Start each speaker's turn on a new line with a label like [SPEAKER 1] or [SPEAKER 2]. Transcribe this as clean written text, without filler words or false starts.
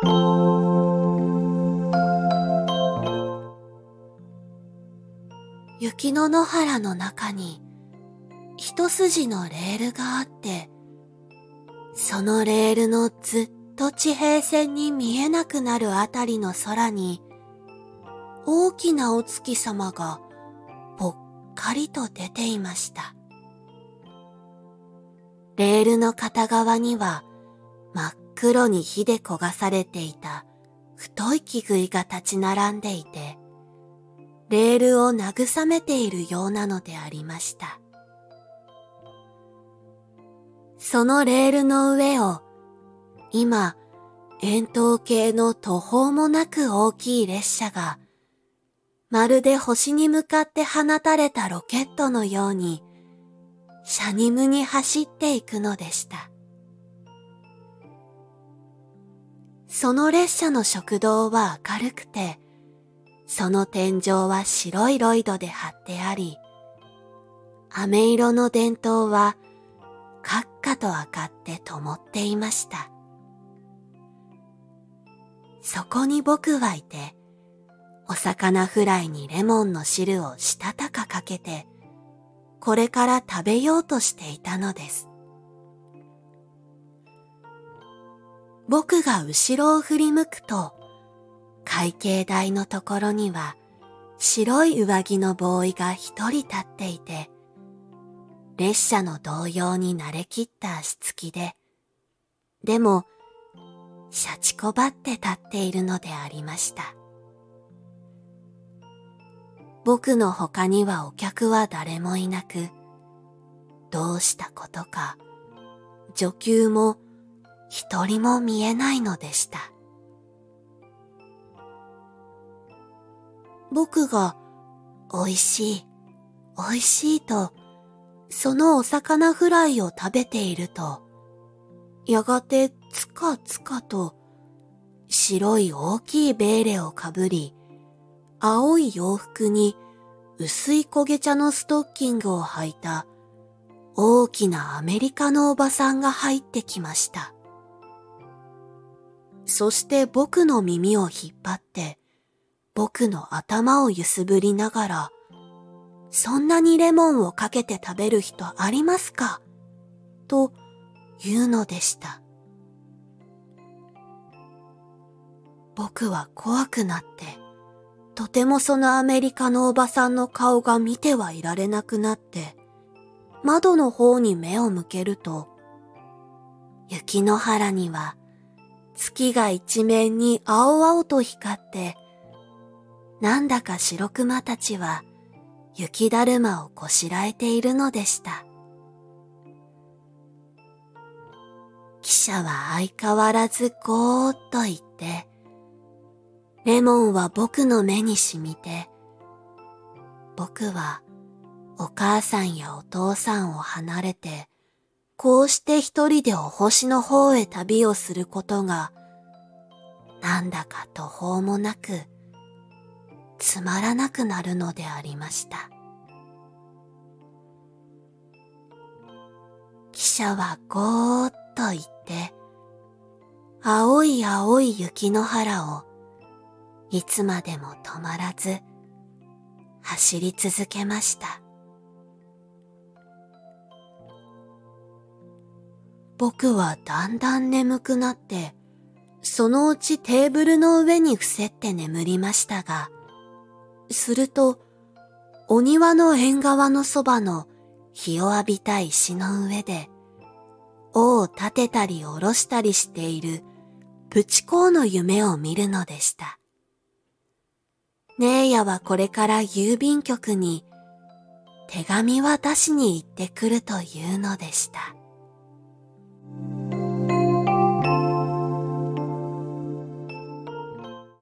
[SPEAKER 1] 雪の野原の中に一筋のレールがあって、そのレールのずっと地平線に見えなくなるあたりの空に、大きなお月様がぽっかりと出ていました。レールの片側には真っ黒に火で焦がされていた太い木杭が立ち並んでいて、レールを慰めているようなのでありました。そのレールの上を今、円筒形の途方もなく大きい列車が、まるで星に向かって放たれたロケットのように、シャニムに走っていくのでした。その列車の食堂は明るくて、その天井は白いロイドで張ってあり、飴色の電灯はカッカと明かって灯っていました。そこに僕はいて、お魚フライにレモンの汁をしたたかかけて、これから食べようとしていたのです。僕が後ろを振り向くと、会計台のところには白い上着のボーイが一人立っていて、列車の動揺に慣れきった足つきで、でも、シャチこばって立っているのでありました。僕の他にはお客は誰もいなく、どうしたことか、女給も一人も見えないのでした。僕がおいしい、おいしいと、そのお魚フライを食べていると、やがてつかつかと白い大きいベーレをかぶり、青い洋服に薄い焦げ茶のストッキングを履いた大きなアメリカのおばさんが入ってきました。そして僕の耳を引っ張って、僕の頭を揺すぶりながら、そんなにレモンをかけて食べる人ありますかと言うのでした。僕は怖くなって、とてもそのアメリカのおばさんの顔が見てはいられなくなって、窓の方に目を向けると、雪の原には月が一面に青々と光って、なんだか白熊たちは雪だるまをこしらえているのでした。汽車は相変わらずゴーッと言って、レモンは僕の目に染みて、僕はお母さんやお父さんを離れて、こうして一人でお星の方へ旅をすることが、なんだか途方もなく、つまらなくなるのでありました。汽車はゴーッと言って、青い青い雪の原をいつまでも止まらず走り続けました。僕はだんだん眠くなって、そのうちテーブルの上に伏せって眠りましたが、すると、お庭の縁側のそばの日を浴びた石の上で、尾を立てたり下ろしたりしているプチ公の夢を見るのでした。姉やはこれから郵便局に手紙は出しに行ってくるというのでした。